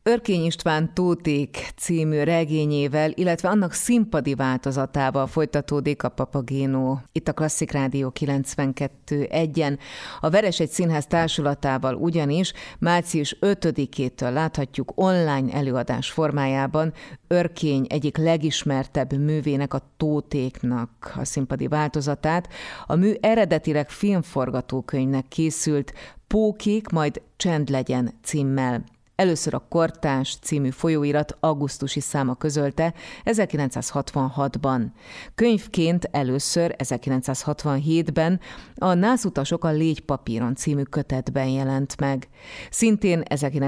Örkény István Tóték című regényével, illetve annak színpadi változatával folytatódik a Papagéno itt a Klasszik Rádió 92.1-en. A Veresegy Színház társulatával ugyanis március 5-től láthatjuk online előadás formájában Örkény egyik legismertebb művének, a Tótéknak a színpadi változatát. A mű eredetileg filmforgatókönyvnek készült, Pókék, majd Csend legyen címmel. Először a Kortárs című folyóirat augusztusi száma közölte 1966-ban. Könyvként először 1967-ben a Nászutasok a Légypapíron című kötetben jelent meg. Szintén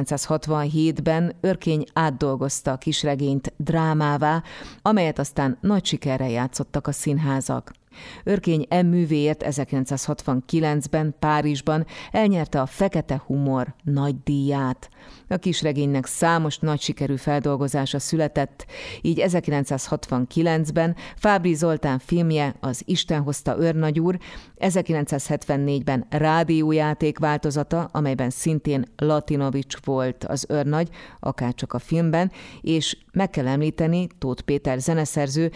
1967-ben Örkény átdolgozta a kisregényt drámává, amelyet aztán nagy sikerrel játszottak a színházak. Örkény művéért 1969-ben Párizsban elnyerte a Fekete Humor nagydíját. A kisregénynek számos nagy sikerű feldolgozása született, így 1969-ben Fábry Zoltán filmje, az Isten hozta őrnagyúr, 1974-ben rádiójáték változata, amelyben szintén Latinovics volt az őrnagy, akárcsak a filmben, és meg kell említeni Tóth Péter zeneszerző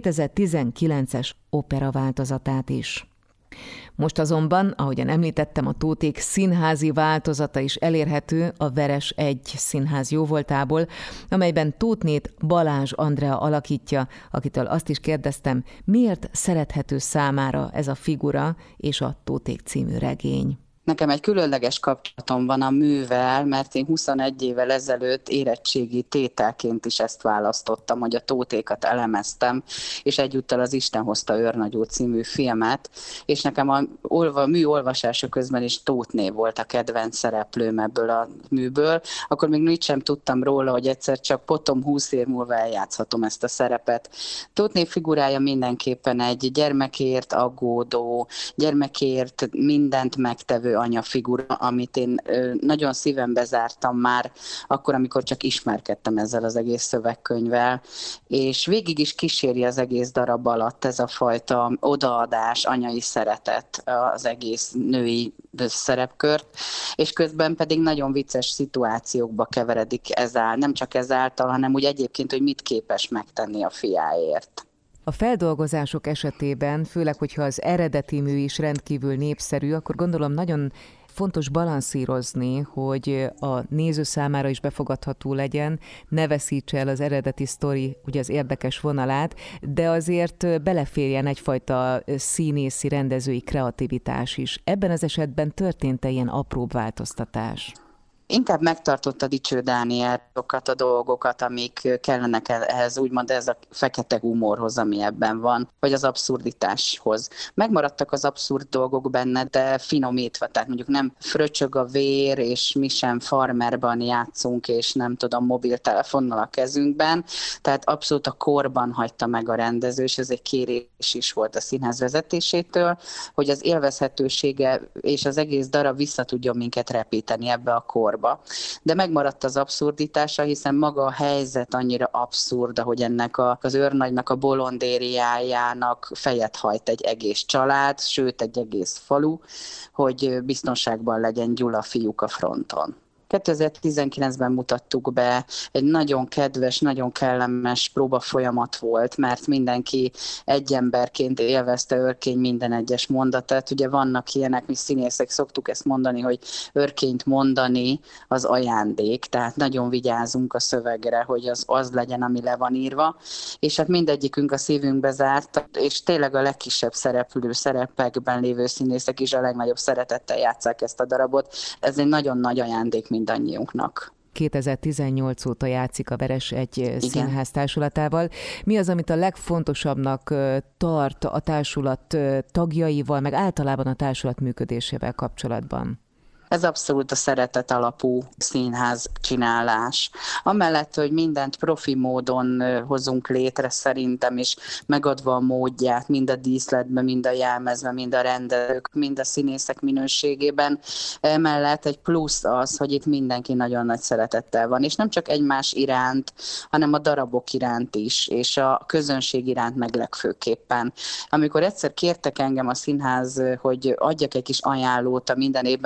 2019-es opera változatát is. Most azonban, ahogyan említettem, a Tóték színházi változata is elérhető a Veresegy Színház jóvoltából, amelyben Tótnét Balázs Andrea alakítja, akitől azt is kérdeztem, miért szerethető számára ez a figura és a Tóték című regény. Nekem egy különleges kapcsolatom van a művel, mert én 21 évvel ezelőtt érettségi tételként is ezt választottam, hogy a Tótékat elemeztem, és egyúttal az Isten hozta őrnagyúr című filmet, és nekem a mű olvasása közben is Tótné volt a kedvenc szereplőm ebből a műből. Akkor még mit sem tudtam róla, hogy egyszer csak potom 20 év múlva eljátszhatom ezt a szerepet. Tótné figurája mindenképpen egy gyermekért aggódó, gyermekért mindent megtevő anyafigura, amit én nagyon szívembe zártam már akkor, amikor csak ismerkedtem ezzel az egész szövegkönyvvel, és végig is kíséri az egész darab alatt ez a fajta odaadás, anyai szeretet az egész női szerepkört, és közben pedig nagyon vicces szituációkba keveredik ezáltal, nem csak ezáltal, hanem úgy egyébként, hogy mit képes megtenni a fiáért. A feldolgozások esetében, főleg, hogyha az eredeti mű is rendkívül népszerű, akkor gondolom nagyon fontos balanszírozni, hogy a néző számára is befogadható legyen, ne veszítse el az eredeti sztori, ugye az érdekes vonalát, de azért beleférjen egyfajta színészi, rendezői kreativitás is. Ebben az esetben történt-e ilyen apróbb változtatás? Inkább megtartotta Dicső Dániel azokat a dolgokat, amik kellenek ehhez, úgymond ez a fekete humorhoz, ami ebben van, vagy az abszurditáshoz. Megmaradtak az abszurd dolgok benne, de finomítva, tehát mondjuk nem fröcsög a vér, és mi sem farmerban játszunk, és nem tudom, mobiltelefonnal a kezünkben, tehát abszolút a korban hagyta meg a rendező, és ez egy kérés is volt a színház vezetésétől, hogy az élvezhetősége és az egész darab vissza tudjon minket repíteni ebbe a korba. De megmaradt az abszurditása, hiszen maga a helyzet annyira abszurd, hogy ennek az őrnagynak, a bolondériájának fejet hajt egy egész család, sőt egy egész falu, hogy biztonságban legyen Gyula fiúk a fronton. 2019-ben mutattuk be, egy nagyon kedves, nagyon kellemes próbafolyamat volt, mert mindenki egy emberként élvezte Örkény minden egyes mondatát. Ugye vannak ilyenek, mi színészek szoktuk ezt mondani, hogy Örkényt mondani az ajándék, tehát nagyon vigyázunk a szövegre, hogy az legyen, ami le van írva, és hát mindegyikünk a szívünkbe zárt, és tényleg a legkisebb szereplő szerepekben lévő színészek is a legnagyobb szeretettel játsszák ezt a darabot. Ez egy nagyon nagy ajándék mindannyiunknak. 2018 óta játszik a Veresegy Színház társulatával. Mi az, amit a legfontosabbnak tart a társulat tagjaival, meg általában a társulat működésével kapcsolatban? Ez abszolút a szeretet alapú színház csinálás. Amellett, hogy mindent profi módon hozunk létre szerintem, és megadva a módját, mind a díszletben, mind a jelmezben, mind a rendezők, mind a színészek minőségében, emellett egy plusz az, hogy itt mindenki nagyon nagy szeretettel van, és nem csak egymás iránt, hanem a darabok iránt is, és a közönség iránt meg legfőképpen. Amikor egyszer kértek engem a színház, hogy adjak egy kis ajánlót a minden évben megrendezett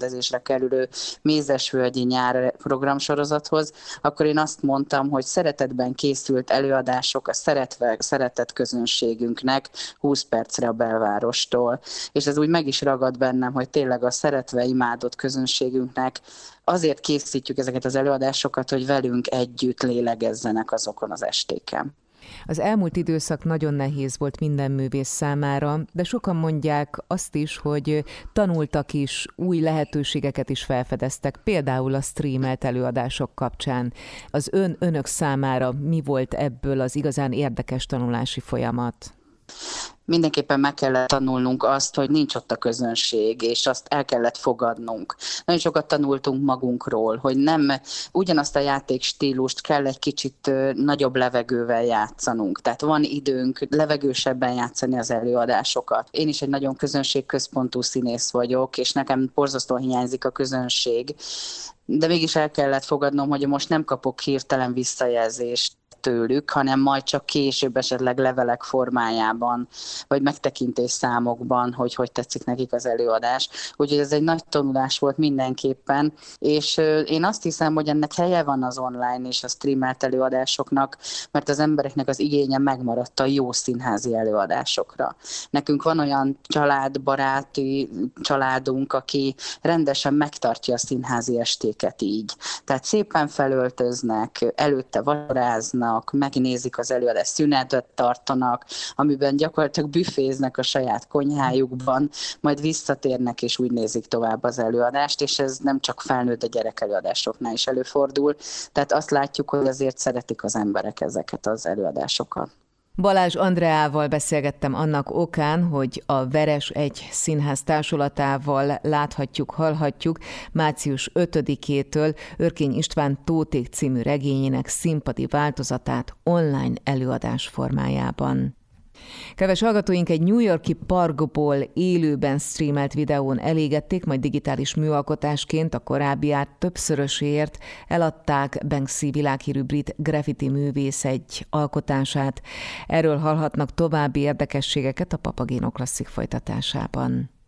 megrendezésre kerülő Mézesvölgyi nyár programsorozathoz, akkor én azt mondtam, hogy szeretetben készült előadások a szeretett közönségünknek 20 percre a belvárostól. És ez úgy meg is ragad bennem, hogy tényleg a szeretve imádott közönségünknek azért készítjük ezeket az előadásokat, hogy velünk együtt lélegezzenek azokon az estéken. Az elmúlt időszak nagyon nehéz volt minden művész számára, de sokan mondják azt is, hogy tanultak is, új lehetőségeket is felfedeztek, például a streamelt előadások kapcsán. Az önök számára mi volt ebből az igazán érdekes tanulási folyamat? Mindenképpen meg kellett tanulnunk azt, hogy nincs ott a közönség, és azt el kellett fogadnunk. Nagyon sokat tanultunk magunkról, hogy nem ugyanazt a játékstílust kell egy kicsit nagyobb levegővel játszanunk. Tehát van időnk levegősebben játszani az előadásokat. Én is egy nagyon közönségközpontú színész vagyok, és nekem borzasztóan hiányzik a közönség. De mégis el kellett fogadnom, hogy most nem kapok hirtelen visszajelzést tőlük, hanem majd csak később esetleg levelek formájában, vagy megtekintés számokban, hogy tetszik nekik az előadás. Úgyhogy ez egy nagy tanulás volt mindenképpen, és én azt hiszem, hogy ennek helye van az online és a streamelt előadásoknak, mert az embereknek az igénye megmaradt a jó színházi előadásokra. Nekünk van olyan családbaráti családunk, aki rendesen megtartja a színházi estéket így. Tehát szépen felöltöznek, előtte vacsoráznak, megnézik az előadást, szünetet tartanak, amiben gyakorlatilag büféznek a saját konyhájukban, majd visszatérnek és úgy nézik tovább az előadást, és ez nem csak felnőtt, de gyerek előadásoknál is előfordul. Tehát azt látjuk, hogy azért szeretik az emberek ezeket az előadásokat. Balázs Andreával beszélgettem annak okán, hogy a Veres Egy Színház társulatával láthatjuk, hallhatjuk március 5-től Örkény István Tóték című regényének színpadi változatát online előadás formájában. Kedves hallgatóink, egy New York-i parkból élőben streamelt videón elégették, majd digitális műalkotásként a korábbiát többszöröséért eladták Banksy világhírű brit graffiti művész egy alkotását. Erről hallhatnak további érdekességeket a Papagéno Klasszik folytatásában.